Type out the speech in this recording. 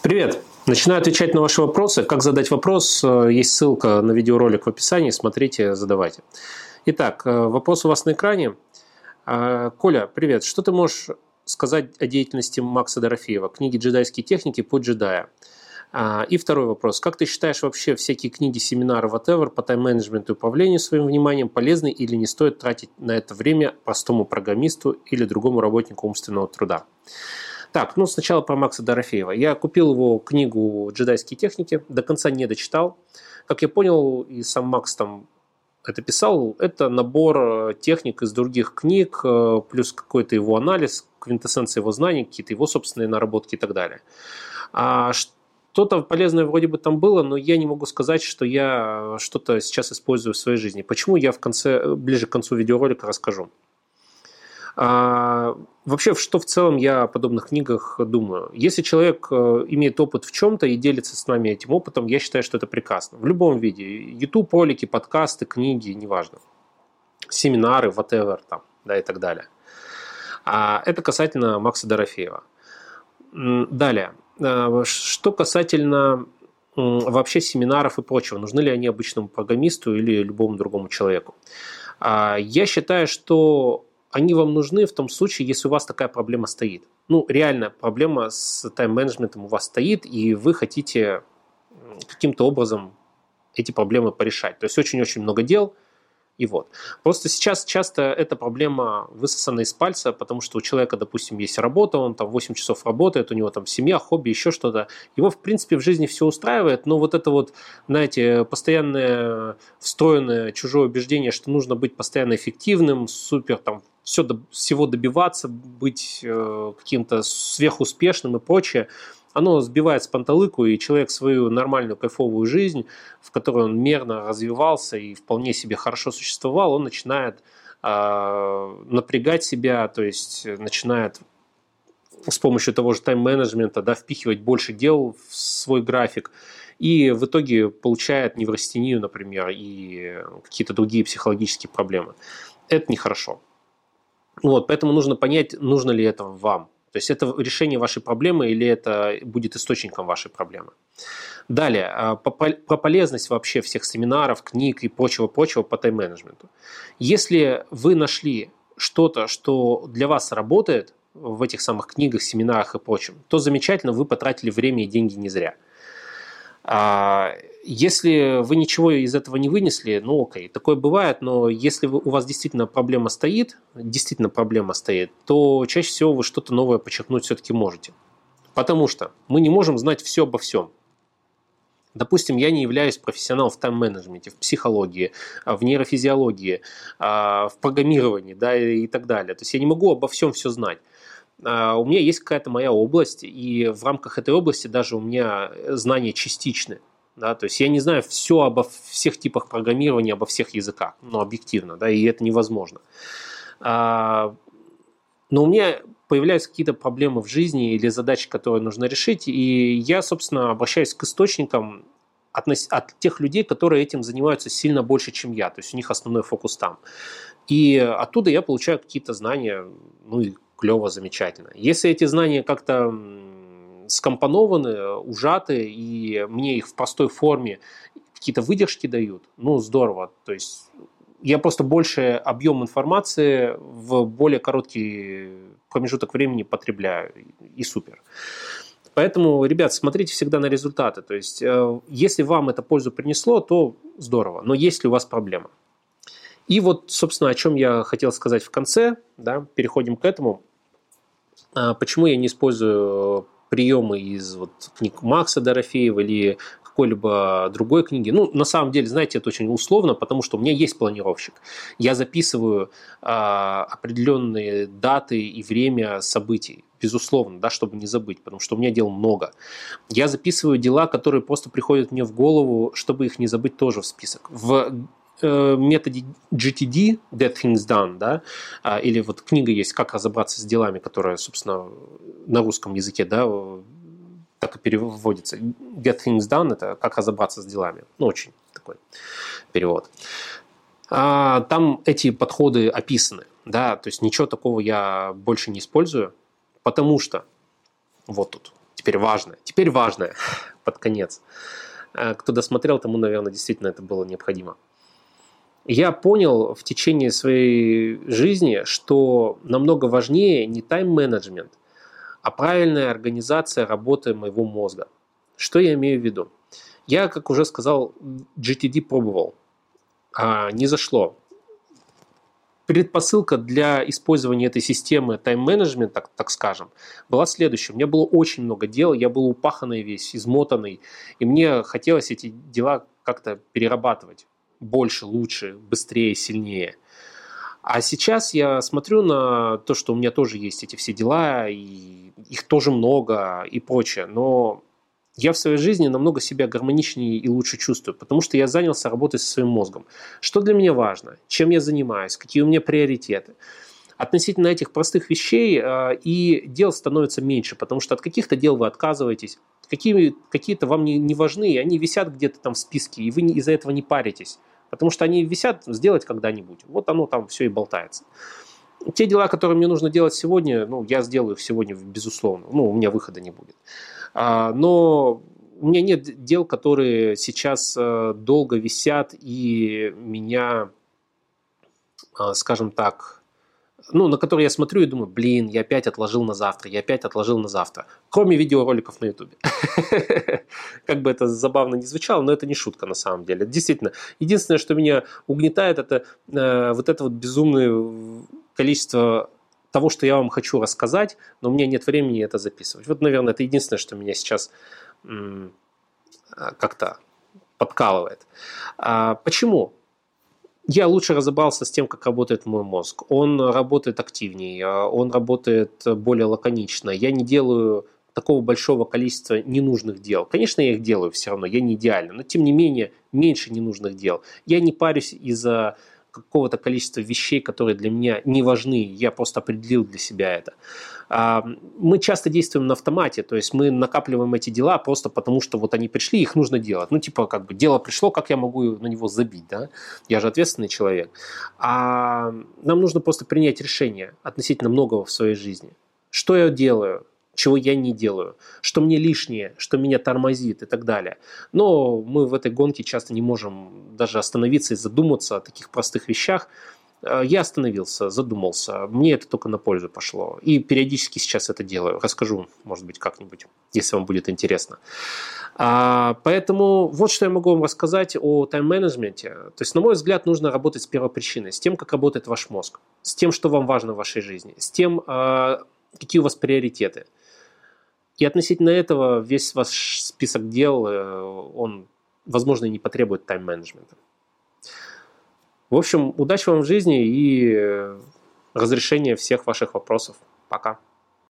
Привет! Начинаю отвечать на ваши вопросы. Как задать вопрос? Есть ссылка на видеоролик в описании. Смотрите, задавайте. Итак, вопрос у вас на экране. Коля, привет. Что ты можешь сказать о деятельности Макса Дорофеева? Книги «Джедайские техники. Путь джедая». И второй вопрос. Как ты считаешь, вообще всякие книги, семинары, whatever, по тайм-менеджменту и управлению своим вниманием полезны или не стоит тратить на это время простому программисту или другому работнику умственного труда? Так, сначала про Макса Дорофеева. Я купил его книгу «Джедайские техники», до конца не дочитал. Как я понял, и сам Макс там это писал, это набор техник из других книг, плюс какой-то его анализ, квинтэссенция его знаний, какие-то его собственные наработки и так далее. Что-то полезное вроде бы там было, но я не могу сказать, что я что-то сейчас использую в своей жизни. Почему, я ближе к концу видеоролика расскажу. Вообще, что в целом я о подобных книгах думаю? Если человек имеет опыт в чем-то и делится с нами этим опытом, я считаю, что это прекрасно. В любом виде. YouTube-ролики, подкасты, книги, неважно. Семинары, whatever, и так далее. Это касательно Макса Дорофеева. Далее. Что касательно вообще семинаров и прочего, нужны ли они обычному программисту или любому другому человеку? Я считаю, что они вам нужны в том случае, если у вас такая проблема стоит. Реально проблема с тайм-менеджментом у вас стоит, и вы хотите каким-то образом эти проблемы порешать. То есть очень-очень много дел, и вот. Просто сейчас часто эта проблема высосана из пальца, потому что у человека, допустим, есть работа, он там 8 часов работает, у него там семья, хобби, еще что-то. Его, в принципе, в жизни все устраивает, но вот это вот, знаете, постоянное встроенное чужое убеждение, что нужно быть постоянно эффективным, супер там всего добиваться, быть каким-то сверхуспешным и прочее, оно сбивает с панталыку, и человек свою нормальную кайфовую жизнь, в которой он мерно развивался и вполне себе хорошо существовал, он начинает напрягать себя, то есть начинает с помощью того же тайм-менеджмента впихивать больше дел в свой график, и в итоге получает неврастению, например, и какие-то другие психологические проблемы. Это нехорошо. Поэтому нужно понять, нужно ли это вам. То есть это решение вашей проблемы или это будет источником вашей проблемы. Далее, про полезность вообще всех семинаров, книг и прочего-прочего по тайм-менеджменту. Если вы нашли что-то, что для вас работает в этих самых книгах, семинарах и прочем, то замечательно, вы потратили время и деньги не зря. Если вы ничего из этого не вынесли, окей, такое бывает, но если у вас действительно проблема стоит, то чаще всего вы что-то новое подчеркнуть все-таки можете. Потому что мы не можем знать все обо всем. Допустим, я не являюсь профессионалом в тайм-менеджменте, в психологии, в нейрофизиологии, в программировании, и так далее. То есть я не могу обо всем все знать. У меня есть какая-то моя область, и в рамках этой области даже у меня знания частичны. То есть я не знаю все обо всех типах программирования, обо всех языках, объективно, и это невозможно. Но у меня появляются какие-то проблемы в жизни или задачи, которые нужно решить, и я, собственно, обращаюсь к источникам от тех людей, которые этим занимаются сильно больше, чем я, то есть у них основной фокус там. И оттуда я получаю какие-то знания, и клево, замечательно. Если эти знания как-то скомпонованы, ужаты, и мне их в простой форме какие-то выдержки дают, здорово. То есть я просто больше объем информации в более короткий промежуток времени потребляю, и супер. Поэтому, ребят, смотрите всегда на результаты. То есть если вам это пользу принесло, то здорово. Но есть ли у вас проблема? И собственно, о чем я хотел сказать в конце, переходим к этому. Почему я не использую приемы из книг Макса Дорофеева или какой-либо другой книги. На самом деле, знаете, это очень условно, потому что у меня есть планировщик. Я записываю определенные даты и время событий, безусловно, чтобы не забыть, потому что у меня дел много. Я записываю дела, которые просто приходят мне в голову, чтобы их не забыть тоже в список. В методе GTD, Get Things Done, или книга есть «Как разобраться с делами», которая, собственно, на русском языке, так и переводится. Get Things Done – это «Как разобраться с делами». Очень такой перевод. Там эти подходы описаны, то есть ничего такого я больше не использую, потому что, вот тут, теперь важное. Теперь важное под конец. Кто досмотрел, тому, наверное, действительно это было необходимо. Я понял в течение своей жизни, что намного важнее не тайм-менеджмент, а правильная организация работы моего мозга. Что я имею в виду? Я, как уже сказал, GTD пробовал, не зашло. Предпосылка для использования этой системы тайм-менеджмент, так скажем, была следующая. У меня было очень много дел, я был упаханный весь, измотанный, и мне хотелось эти дела как-то перерабатывать больше, лучше, быстрее, сильнее. А сейчас я смотрю на то, что у меня тоже есть эти все дела, и их тоже много и прочее, но я в своей жизни намного себя гармоничнее и лучше чувствую, потому что я занялся работой со своим мозгом. Что для меня важно, чем я занимаюсь, какие у меня приоритеты. Относительно этих простых вещей и дел становится меньше, потому что от каких-то дел вы отказываетесь, какие-то вам не важны, и они висят где-то там в списке, и вы из-за этого не паритесь, потому что они висят сделать когда-нибудь. Вот оно там все и болтается. Те дела, которые мне нужно делать сегодня, я сделаю их сегодня, безусловно. У меня выхода не будет. Но у меня нет дел, которые сейчас долго висят и меня, скажем так, на которые я смотрю и думаю, я опять отложил на завтра, кроме видеороликов на YouTube. Как бы это забавно не звучало, но это не шутка на самом деле. Действительно, единственное, что меня угнетает, это вот это вот безумное количество того, что я вам хочу рассказать, но у меня нет времени это записывать. Вот, наверное, это единственное, что меня сейчас как-то подкалывает. Почему? Я лучше разобрался с тем, как работает мой мозг. Он работает активнее, он работает более лаконично. Я не делаю такого большого количества ненужных дел. Конечно, я их делаю все равно, я не идеально, но тем не менее меньше ненужных дел. Я не парюсь из-за какого-то количества вещей, которые для меня не важны. Я просто определил для себя это. Мы часто действуем на автомате, то есть мы накапливаем эти дела просто потому, что вот они пришли, их нужно делать. Дело пришло, как я могу на него забить, да? Я же ответственный человек. А нам нужно просто принять решение относительно многого в своей жизни. Что я делаю? Чего я не делаю, что мне лишнее, что меня тормозит и так далее. Но мы в этой гонке часто не можем даже остановиться и задуматься о таких простых вещах. Я остановился, задумался, мне это только на пользу пошло. И периодически сейчас это делаю. Расскажу, может быть, как-нибудь, если вам будет интересно. Поэтому вот что я могу вам рассказать о тайм-менеджменте. То есть, на мой взгляд, нужно работать с первопричиной, с тем, как работает ваш мозг, с тем, что вам важно в вашей жизни, с тем, какие у вас приоритеты. И относительно этого весь ваш список дел, он, возможно, и не потребует тайм-менеджмента. В общем, удачи вам в жизни и разрешения всех ваших вопросов. Пока.